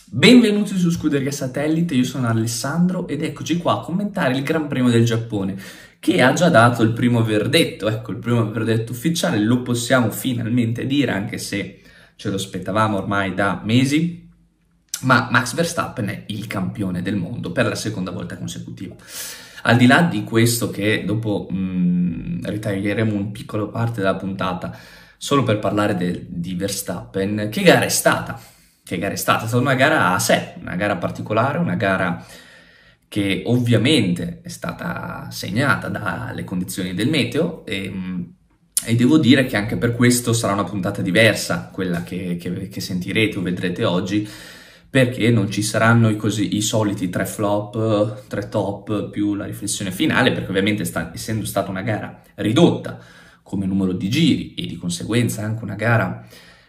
Benvenuti su Scuderia Satellite, io sono Alessandro ed eccoci qua a commentare il Gran Premio del Giappone che ha già dato il primo verdetto, ecco il primo verdetto ufficiale, lo possiamo finalmente dire anche se ce lo aspettavamo ormai da mesi, ma Max Verstappen è il campione del mondo per la seconda volta consecutiva. Al di là di questo che dopo ritaglieremo un piccolo parte della puntata solo per parlare di Verstappen, che gara è stata? Che gara è stata? È stata una gara a sé, una gara particolare, una gara che ovviamente è stata segnata dalle condizioni del meteo e devo dire che anche per questo sarà una puntata diversa, quella che sentirete o vedrete oggi, perché non ci saranno i soliti 3 flop, 3 top più la riflessione finale, perché ovviamente essendo stata una gara ridotta come numero di giri e di conseguenza anche una gara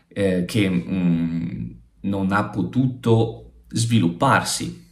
che non ha potuto svilupparsi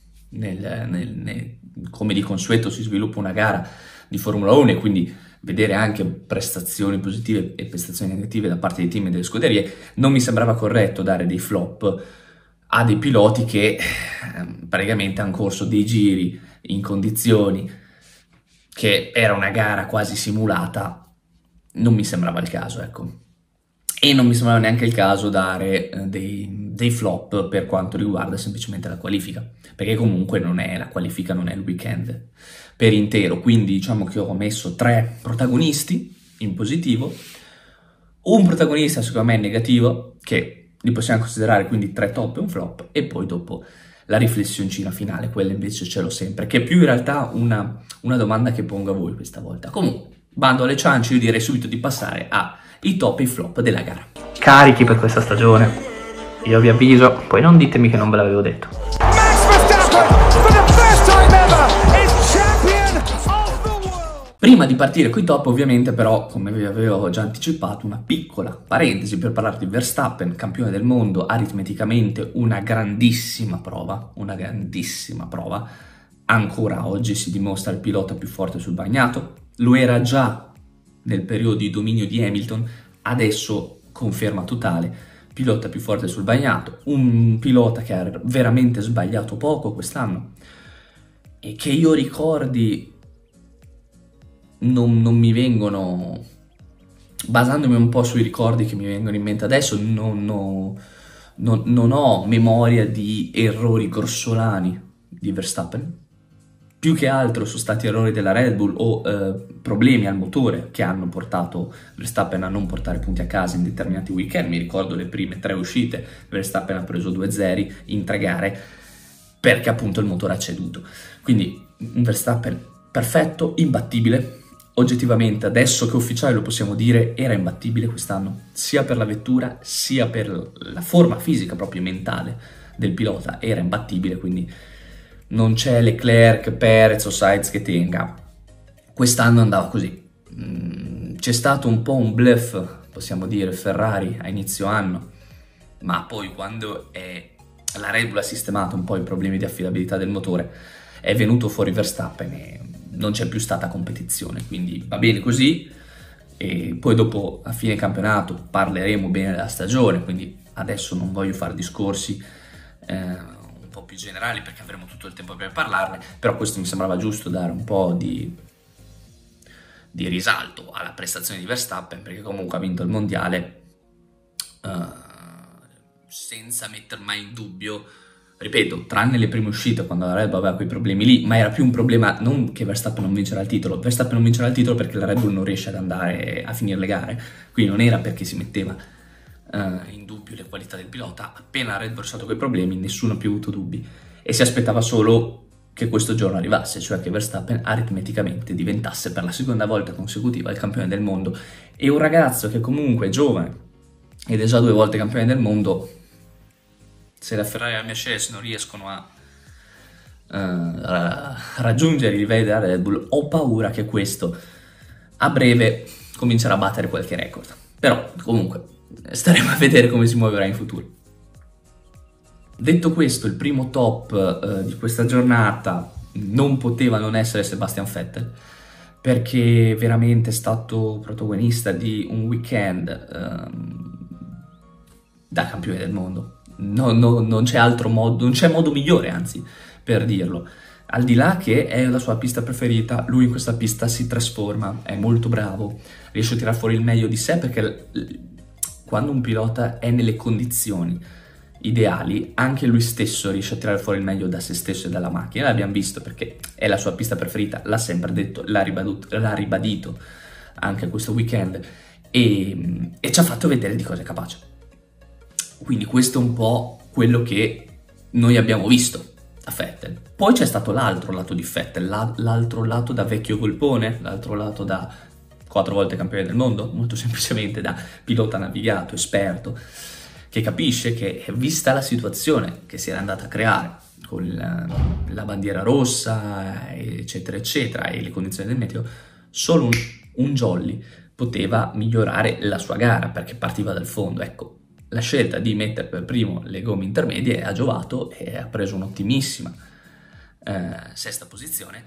come di consueto si sviluppa una gara di Formula 1 e quindi vedere anche prestazioni positive e prestazioni negative da parte dei team e delle scuderie, non mi sembrava corretto dare dei flop a dei piloti che praticamente hanno corso dei giri in condizioni che era una gara quasi simulata. Non mi sembrava il caso, ecco. E non mi sembrava neanche il caso dare dei flop per quanto riguarda semplicemente la qualifica, perché comunque la qualifica non è il weekend per intero, quindi diciamo che ho messo 3 protagonisti in positivo, un protagonista secondo me in negativo, che li possiamo considerare quindi 3 top e un flop, e poi dopo la riflessioncina finale, quella invece ce l'ho sempre, che è più in realtà una domanda che pongo a voi questa volta. Comunque, bando alle ciance, io direi subito di passare ai top e i flop della gara. Carichi per questa stagione, io vi avviso, poi non ditemi che non ve l'avevo detto. Max Verstappen, for the first time ever, is champion of the world. Prima di partire coi top, ovviamente, però, come vi avevo già anticipato, una piccola parentesi per parlare di Verstappen, campione del mondo, aritmeticamente una grandissima prova, ancora oggi si dimostra il pilota più forte sul bagnato, lo era già nel periodo di dominio di Hamilton, adesso conferma totale, pilota più forte sul bagnato, un pilota che ha veramente sbagliato poco quest'anno e che io ricordi non mi vengono, basandomi un po' sui ricordi che mi vengono in mente adesso, non ho memoria di errori grossolani di Verstappen. Più che altro sono stati errori della Red Bull o problemi al motore che hanno portato Verstappen a non portare punti a casa in determinati weekend. Mi ricordo le prime 3 uscite, Verstappen ha preso 2-0 in 3 gare perché appunto il motore ha ceduto. Quindi un Verstappen perfetto, imbattibile. Oggettivamente, adesso che ufficiale lo possiamo dire, era imbattibile quest'anno, sia per la vettura sia per la forma fisica proprio mentale del pilota, era imbattibile, quindi non c'è Leclerc, Perez o Sainz che tenga. Quest'anno andava così. C'è stato un po' un bluff, possiamo dire, Ferrari a inizio anno, ma poi quando la Red Bull ha sistemato un po' i problemi di affidabilità del motore, è venuto fuori Verstappen e non c'è più stata competizione, quindi va bene così. E poi dopo a fine campionato parleremo bene della stagione, quindi adesso non voglio fare discorsi un po' più generali perché avremo tutto il tempo per parlarne, però questo mi sembrava giusto dare un po' di risalto alla prestazione di Verstappen, perché comunque ha vinto il mondiale senza metter mai in dubbio, ripeto, tranne le prime uscite quando la Red Bull aveva quei problemi lì, ma era più un problema non che Verstappen non vincerà il titolo, Verstappen non vincerà il titolo perché la Red Bull non riesce ad andare a finire le gare, quindi non era perché si metteva in dubbio le qualità del pilota. Appena la Red Bull ha risolto quei problemi nessuno ha più avuto dubbi e si aspettava solo che questo giorno arrivasse, cioè che Verstappen aritmeticamente diventasse per la seconda volta consecutiva il campione del mondo. E un ragazzo che comunque è giovane ed è già 2 volte campione del mondo, se la Ferrari e la Mercedes non riescono a raggiungere i livelli della Red Bull, ho paura che questo a breve comincerà a battere qualche record. Però comunque staremo a vedere come si muoverà in futuro. Detto questo, il primo top di questa giornata non poteva non essere Sebastian Vettel, perché veramente è stato protagonista di un weekend da campione del mondo. non c'è altro modo, non c'è modo migliore, anzi, per dirlo. Al di là che è la sua pista preferita, lui in questa pista si trasforma, è molto bravo, riesce a tirare fuori il meglio di sé, perché quando un pilota è nelle condizioni ideali, anche lui stesso riesce a tirare fuori il meglio da se stesso e dalla macchina. L'abbiamo visto perché è la sua pista preferita, l'ha sempre detto, l'ha ribadito anche questo weekend, e ci ha fatto vedere di cosa è capace. Quindi questo è un po' quello che noi abbiamo visto a Vettel. Poi c'è stato l'altro lato di Vettel, l'altro lato da vecchio golpone, l'altro lato da 4 volte campione del mondo, molto semplicemente da pilota navigato, esperto, che capisce che, vista la situazione che si era andata a creare con la bandiera rossa, eccetera, eccetera, e le condizioni del meteo, solo un jolly poteva migliorare la sua gara, perché partiva dal fondo. Ecco, la scelta di mettere per primo le gomme intermedie ha giovato e ha preso un'ottimissima sesta posizione,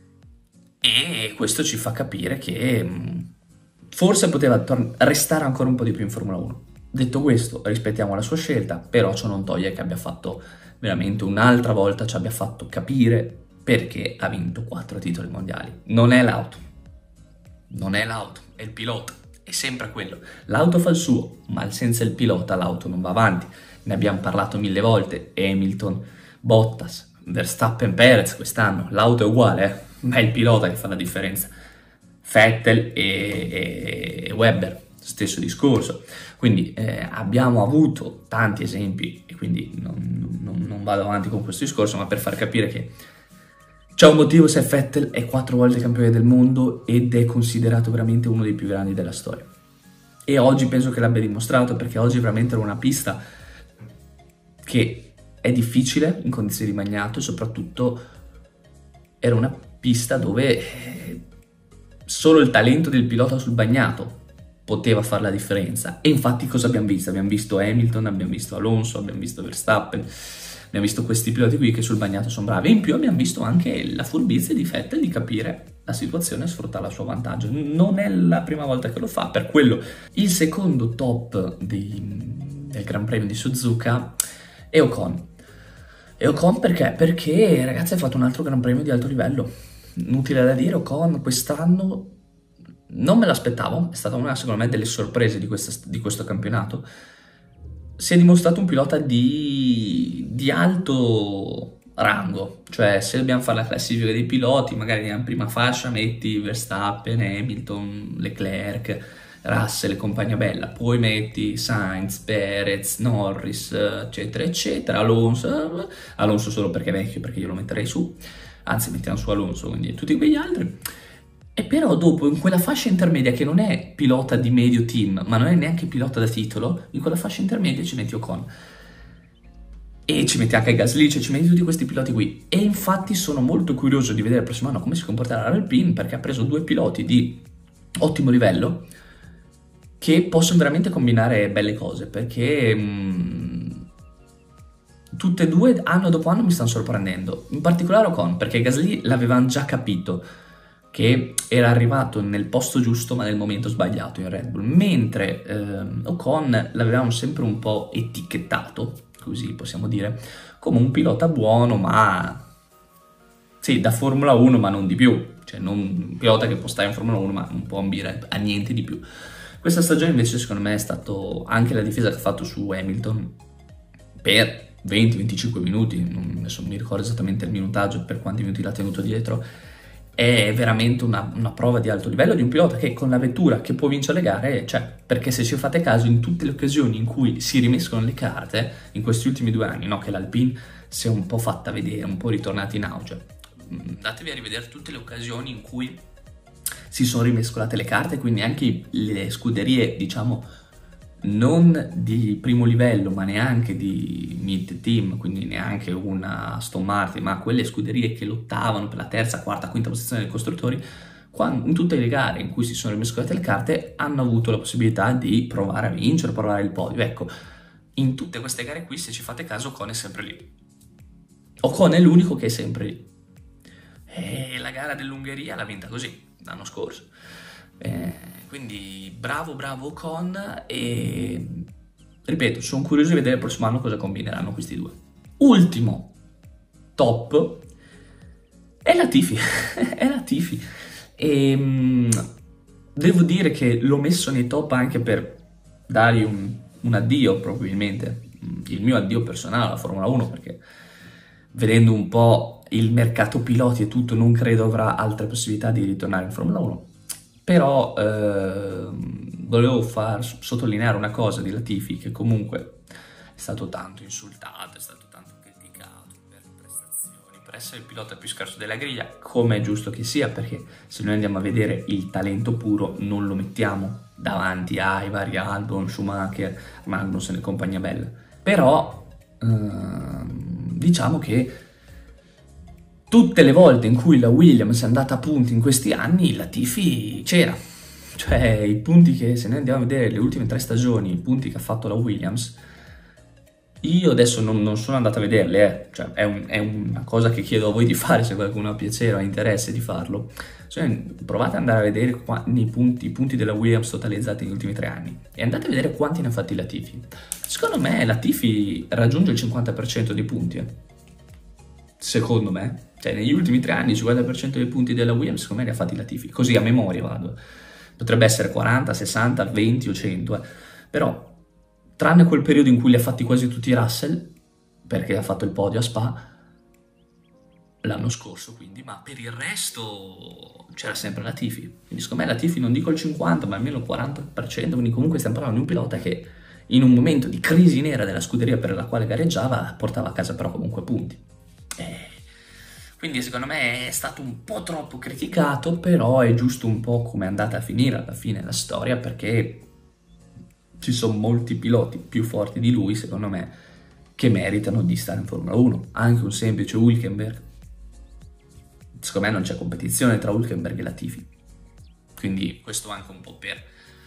e questo ci fa capire che forse poteva restare ancora un po' di più in Formula 1. Detto questo, rispettiamo la sua scelta, però ciò non toglie che abbia fatto veramente un'altra volta, ci abbia fatto capire perché ha vinto 4 titoli mondiali. Non è l'auto, è il pilota, è sempre quello. L'auto fa il suo, ma senza il pilota l'auto non va avanti. Ne abbiamo parlato 1000 volte, Hamilton, Bottas, Verstappen, Perez quest'anno, l'auto è uguale, ma è il pilota che fa la differenza. Vettel e Webber, stesso discorso. Quindi abbiamo avuto tanti esempi, e quindi non vado avanti con questo discorso, ma per far capire che c'è un motivo se Vettel è 4 volte campione del mondo ed è considerato veramente uno dei più grandi della storia. E oggi penso che l'abbia dimostrato, perché oggi veramente era una pista che è difficile in condizioni di bagnato, e soprattutto era una pista dove solo il talento del pilota sul bagnato poteva fare la differenza. E infatti cosa abbiamo visto? Abbiamo visto Hamilton, abbiamo visto Alonso, abbiamo visto Verstappen, abbiamo visto questi piloti qui che sul bagnato sono bravi, e in più abbiamo visto anche la furbizia di Vettel di capire la situazione e sfruttare a suo vantaggio. Non è la prima volta che lo fa, per quello il secondo top del Gran Premio di Suzuka è Ocon. E Ocon perché? Perché, ragazzi, ha fatto un altro Gran Premio di alto livello. Inutile da dire, Ocon quest'anno non me l'aspettavo, è stata una, secondo me, delle sorprese di questo campionato. Si è dimostrato un pilota di alto rango, cioè se dobbiamo fare la classifica dei piloti, magari nella prima fascia metti Verstappen, Hamilton, Leclerc, Russell e compagnia bella, poi metti Sainz, Perez, Norris, eccetera, eccetera, Alonso solo perché è vecchio, perché io lo metterei su, anzi mettiamo su Alonso, quindi tutti quegli altri. E però dopo, in quella fascia intermedia che non è pilota di medio team, ma non è neanche pilota da titolo, in quella fascia intermedia ci metti Ocon. E ci metti anche Gasly, cioè ci metti tutti questi piloti qui. E infatti sono molto curioso di vedere il prossimo anno come si comporterà l'Alpine, perché ha preso 2 piloti di ottimo livello che possono veramente combinare belle cose, perché tutte e due anno dopo anno mi stanno sorprendendo. In particolare Ocon, perché Gasly l'avevamo già capito che era arrivato nel posto giusto ma nel momento sbagliato in Red Bull, mentre Ocon l'avevamo sempre un po' etichettato, così possiamo dire, come un pilota buono, ma sì, da Formula 1 ma non di più, cioè non un pilota che può stare in Formula 1 ma non può ambire a niente di più. Questa stagione invece secondo me è stato anche la difesa che ha fatto su Hamilton per 20-25 minuti, adesso non mi ricordo esattamente il minutaggio per quanti minuti l'ha tenuto dietro, è veramente una prova di alto livello di un pilota che con la vettura che può vincere le gare, cioè, perché se ci fate caso in tutte le occasioni in cui si rimescono le carte in questi ultimi 2 anni, no, che l'Alpine si è un po' fatta vedere, un po' ritornata in auge, andatevi a rivedere tutte le occasioni in cui si sono rimescolate le carte, quindi anche le scuderie, diciamo, non di primo livello, ma neanche di mid team, quindi neanche una Aston Martin, ma quelle scuderie che lottavano per la terza, quarta, quinta posizione dei costruttori, in tutte le gare in cui si sono rimescolate le carte hanno avuto la possibilità di provare a vincere, provare il podio. Ecco, in tutte queste gare qui, se ci fate caso, Ocon è sempre lì. Ocon è l'unico che è sempre lì. E la gara dell'Ungheria l'ha vinta così, l'anno scorso. Quindi bravo Ocon, e ripeto, sono curioso di vedere il prossimo anno cosa combineranno questi due. Ultimo top è Latifi, è Latifi. E devo dire che l'ho messo nei top anche per dargli un addio, probabilmente, il mio addio personale alla Formula 1, perché vedendo un po' il mercato piloti e tutto, non credo avrà altre possibilità di ritornare in Formula 1. Però volevo sottolineare una cosa di Latifi, che comunque è stato tanto insultato, è stato tanto criticato per prestazioni, per essere il pilota più scarso della griglia, come è giusto che sia, perché se noi andiamo a vedere il talento puro non lo mettiamo davanti ai vari Albon, Schumacher, Magnussen e compagnia bella. Però diciamo che tutte le volte in cui la Williams è andata a punti in questi anni, Latifi c'era. Cioè, i punti che, se noi andiamo a vedere le ultime 3 stagioni, i punti che ha fatto la Williams, io adesso non sono andato a vederle, cioè, è una cosa che chiedo a voi di fare, se qualcuno ha piacere o ha interesse di farlo. Cioè, provate ad andare a vedere i punti della Williams totalizzati negli ultimi 3 anni e andate a vedere quanti ne ha fatti Latifi. Secondo me Latifi raggiunge il 50% dei punti, secondo me. Cioè, negli ultimi 3 anni il 50% dei punti della Williams secondo me li ha fatti Latifi, così a memoria vado. Potrebbe essere 40, 60, 20 o 100, però tranne quel periodo in cui li ha fatti quasi tutti Russell, perché ha fatto il podio a Spa l'anno scorso, quindi, ma per il resto c'era sempre Latifi. Quindi secondo me Latifi non dico il 50, ma almeno il 40%, quindi comunque stiamo parlando di un pilota che in un momento di crisi nera della scuderia per la quale gareggiava portava a casa però comunque punti. Quindi secondo me è stato un po' troppo criticato, però è giusto un po' come è andata a finire alla fine la storia, perché ci sono molti piloti più forti di lui, secondo me, che meritano di stare in Formula 1. Anche un semplice Hülkenberg. Secondo me non c'è competizione tra Hülkenberg e Latifi. Quindi questo anche un po' per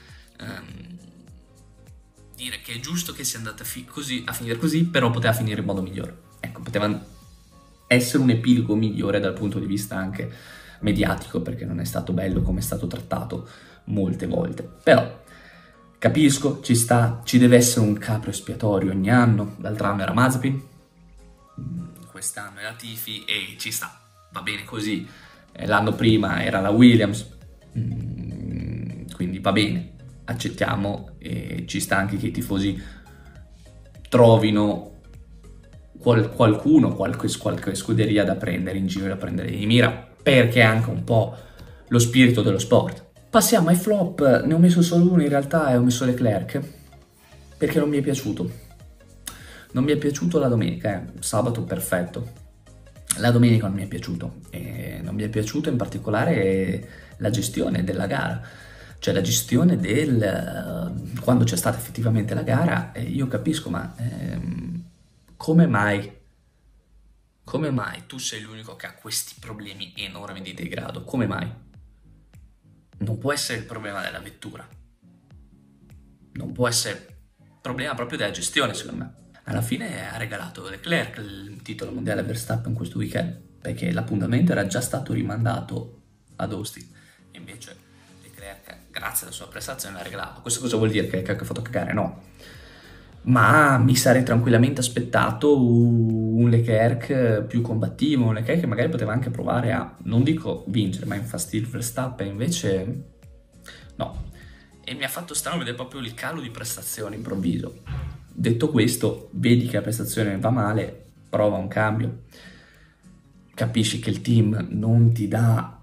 dire che è giusto che sia andata a finire così, però poteva finire in modo migliore. Ecco, poteva essere un epilogo migliore dal punto di vista anche mediatico, perché non è stato bello come è stato trattato molte volte. Però capisco, ci sta, ci deve essere un capro espiatorio ogni anno. L'altro anno era Mazepin, quest'anno è Latifi e ci sta, va bene così. L'anno prima era la Williams, quindi va bene, accettiamo, e ci sta anche che i tifosi trovino qualcuno, qualche scuderia da prendere in giro, da prendere di mira, perché è anche un po' lo spirito dello sport. Passiamo ai flop, ne ho messo solo uno in realtà e ho messo Leclerc, perché non mi è piaciuto. Non mi è piaciuto la domenica, sabato perfetto. La domenica non mi è piaciuto, e non mi è piaciuto in particolare la gestione della gara. Cioè la gestione quando c'è stata effettivamente la gara, io capisco, ma come mai tu sei l'unico che ha questi problemi enormi di degrado? Come mai? Non può essere il problema della vettura, non può essere il problema proprio della gestione, secondo me. Alla fine ha regalato Leclerc il titolo mondiale a Verstappen questo weekend, perché l'appuntamento era già stato rimandato ad Austin, e invece Leclerc, grazie alla sua prestazione, l'ha regalato. Questo cosa vuol dire? Che ha fatto cagare? No. Ma mi sarei tranquillamente aspettato un Leclerc più combattivo, un Leclerc che magari poteva anche provare a, non dico vincere, ma infastidire Verstappen, invece no. E mi ha fatto strano vedere proprio il calo di prestazione improvviso. Detto questo, vedi che la prestazione va male, prova un cambio, capisci che il team non ti dà...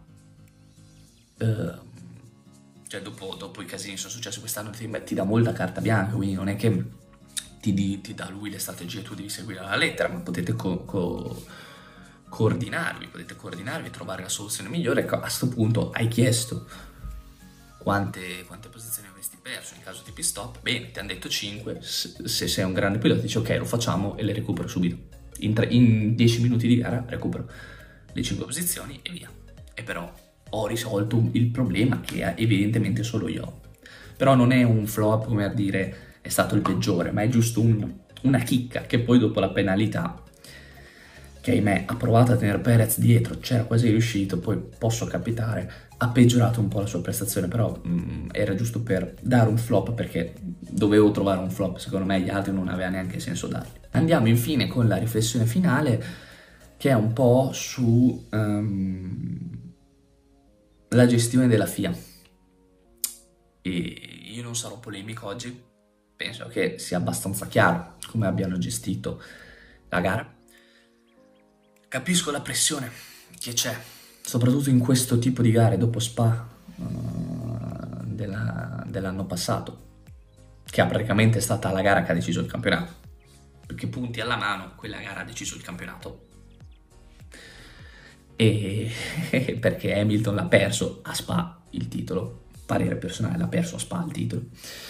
cioè dopo i casini che sono successi quest'anno, il team ti dà molta carta bianca, quindi non è che ti dà lui le strategie, tu devi seguire alla lettera, ma potete coordinarvi e trovare la soluzione migliore. A questo punto hai chiesto quante posizioni avresti perso in caso di pit stop. Bene, ti hanno detto 5, se sei un grande pilota dici ok, lo facciamo e le recupero subito. In 10 minuti di gara recupero le 5 posizioni e via. E però ho risolto il problema che evidentemente solo io ho. Però non è un flop come a dire è stato il peggiore, ma è giusto una chicca che poi dopo la penalità che ahimè ha provato a tenere Perez dietro, c'era quasi riuscito, poi posso capitare, ha peggiorato un po' la sua prestazione, però era giusto per dare un flop, perché dovevo trovare un flop, secondo me gli altri non aveva neanche senso darli. Andiamo infine con la riflessione finale, che è un po' su la gestione della FIA. E io non sarò polemico oggi, penso che sia abbastanza chiaro come abbiano gestito la gara. Capisco la pressione che c'è, soprattutto in questo tipo di gare dopo Spa dell'anno passato, che praticamente è stata la gara che ha deciso il campionato, perché punti alla mano quella gara ha deciso il campionato, e perché Hamilton l'ha perso a Spa il titolo, parere personale, l'ha perso a Spa il titolo,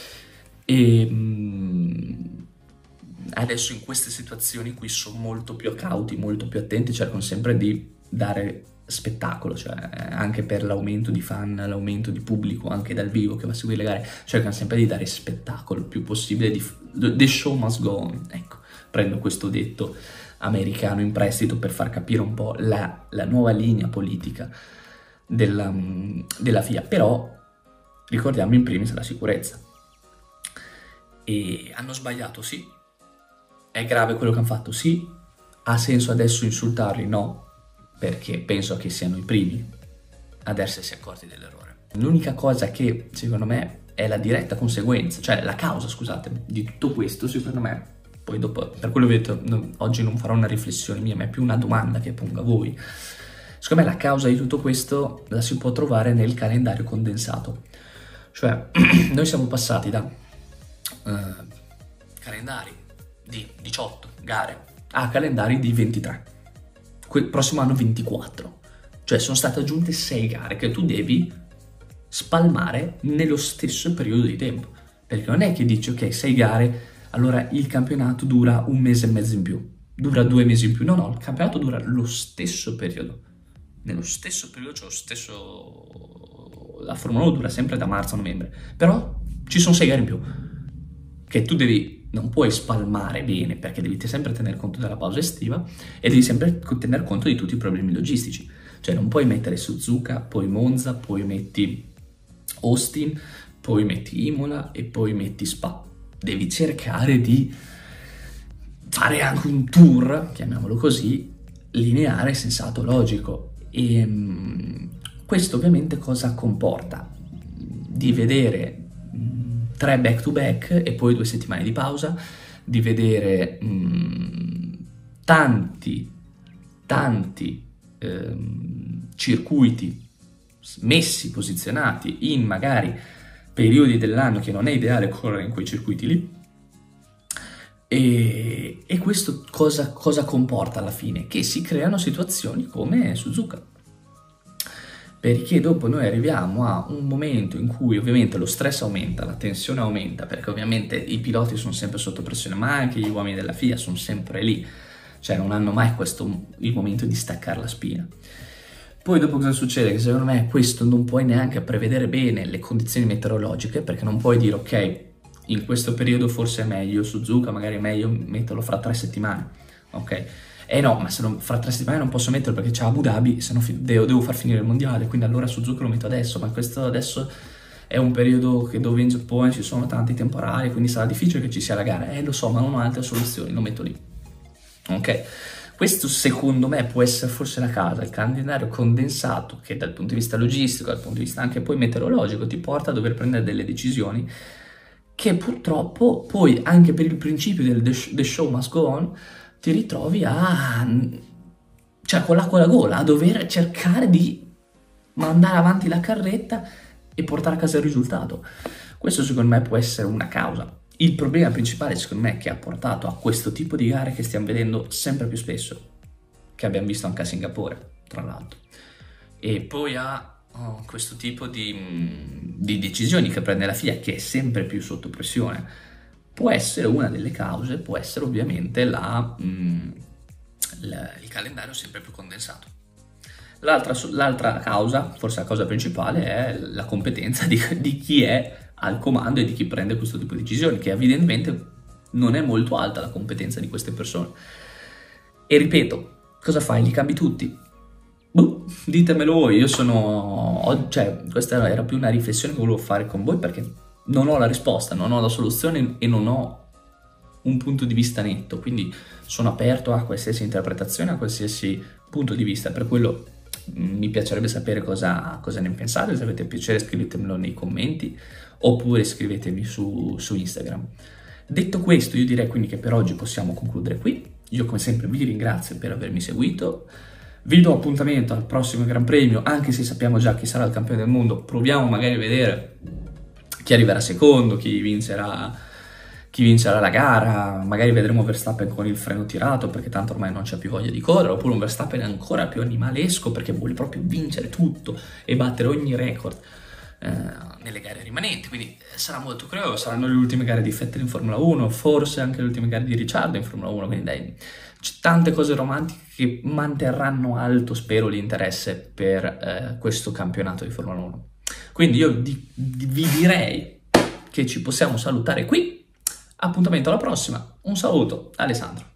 e adesso in queste situazioni qui sono molto più cauti, molto più attenti, cercano sempre di dare spettacolo, cioè anche per l'aumento di fan, l'aumento di pubblico anche dal vivo che va a seguire le gare, cercano sempre di dare spettacolo il più possibile, the show must go on, ecco, prendo questo detto americano in prestito per far capire un po' la nuova linea politica della FIA, però ricordiamo in primis la sicurezza. E hanno sbagliato, sì. È grave quello che hanno fatto, sì. Ha senso adesso insultarli? No, perché penso che siano i primi ad essersi accorti dell'errore. L'unica cosa che secondo me è la diretta conseguenza, cioè la causa, scusate, di tutto questo, secondo me, poi dopo, per quello che ho detto, oggi non farò una riflessione mia, ma è più una domanda che pongo a voi. Secondo me la causa di tutto questo la si può trovare nel calendario condensato. Cioè, noi siamo passati da calendari di 18 gare a calendari di 23, prossimo anno 24, cioè sono state aggiunte 6 gare che tu devi spalmare nello stesso periodo di tempo, perché non è che dici ok 6 gare, allora il campionato dura un mese e mezzo in più, dura 2 mesi in più, no, il campionato dura lo stesso periodo, nello stesso periodo, cioè lo stesso, la Formula 1 dura sempre da marzo a novembre, però ci sono 6 gare in più che tu non puoi spalmare bene, perché devi sempre tener conto della pausa estiva e devi sempre tener conto di tutti i problemi logistici, cioè non puoi mettere Suzuka, poi Monza, poi metti Austin, poi metti Imola e poi metti Spa. Devi cercare di fare anche un tour, chiamiamolo così, lineare, sensato, logico. E questo ovviamente cosa comporta? Di vedere 3 back to back e poi 2 settimane di pausa, di vedere tanti circuiti messi, posizionati in magari periodi dell'anno che non è ideale correre in quei circuiti lì. E questo cosa comporta alla fine? Che si creano situazioni come Suzuka, perché dopo noi arriviamo a un momento in cui ovviamente lo stress aumenta, la tensione aumenta, perché ovviamente i piloti sono sempre sotto pressione, ma anche gli uomini della FIA sono sempre lì, cioè non hanno mai il momento di staccare la spina. Poi dopo cosa succede? Che secondo me questo non puoi neanche prevedere bene le condizioni meteorologiche, perché non puoi dire ok, in questo periodo forse è meglio Suzuka, magari è meglio metterlo fra 3 settimane, ok? No, ma se fra 3 settimane non posso metterlo perché c'è Abu Dhabi, se no devo far finire il mondiale, quindi allora Suzuka lo metto adesso, ma questo adesso è un periodo dove in Giappone ci sono tanti temporali, quindi sarà difficile che ci sia la gara. Lo so, ma non ho altre soluzioni, lo metto lì. Ok? Questo secondo me può essere forse la causa, il calendario condensato che dal punto di vista logistico, dal punto di vista anche poi meteorologico, ti porta a dover prendere delle decisioni che purtroppo poi anche per il principio del the show must go on ti ritrovi cioè con l'acqua alla gola, a dover cercare di mandare avanti la carretta e portare a casa il risultato. Questo secondo me può essere una causa. Il problema principale secondo me che ha portato a questo tipo di gare che stiamo vedendo sempre più spesso, che abbiamo visto anche a Singapore, tra l'altro, e poi a questo tipo di decisioni che prende la FIA, che è sempre più sotto pressione, può essere una delle cause, può essere ovviamente il calendario sempre più condensato. L'altra causa, forse la causa principale, è la competenza di chi è al comando e di chi prende questo tipo di decisioni, che evidentemente non è molto alta la competenza di queste persone. E ripeto, Cosa fai? Li cambi tutti? Boh, ditemelo voi, cioè, questa era più una riflessione che volevo fare con voi perché non ho la risposta, non ho la soluzione e non ho un punto di vista netto, quindi sono aperto a qualsiasi interpretazione, a qualsiasi punto di vista, per quello mi piacerebbe sapere cosa ne pensate, se avete piacere scrivetemelo nei commenti oppure scrivetemi su Instagram. Detto questo, io direi quindi che per oggi possiamo concludere qui. Io come sempre vi ringrazio per avermi seguito, vi do appuntamento al prossimo Gran Premio, anche se sappiamo già chi sarà il campione del mondo, proviamo magari a vedere chi arriverà secondo, chi vincerà la gara, magari vedremo Verstappen con il freno tirato perché tanto ormai non c'è più voglia di correre, oppure un Verstappen ancora più animalesco perché vuole proprio vincere tutto e battere ogni record nelle gare rimanenti, quindi sarà molto curioso, saranno le ultime gare di Vettel in Formula 1, forse anche le ultime gare di Ricciardo in Formula 1, quindi dai, c'è tante cose romantiche che manterranno alto, spero, l'interesse per questo campionato di Formula 1. Quindi io vi direi che ci possiamo salutare qui. Appuntamento alla prossima, un saluto, Alessandro.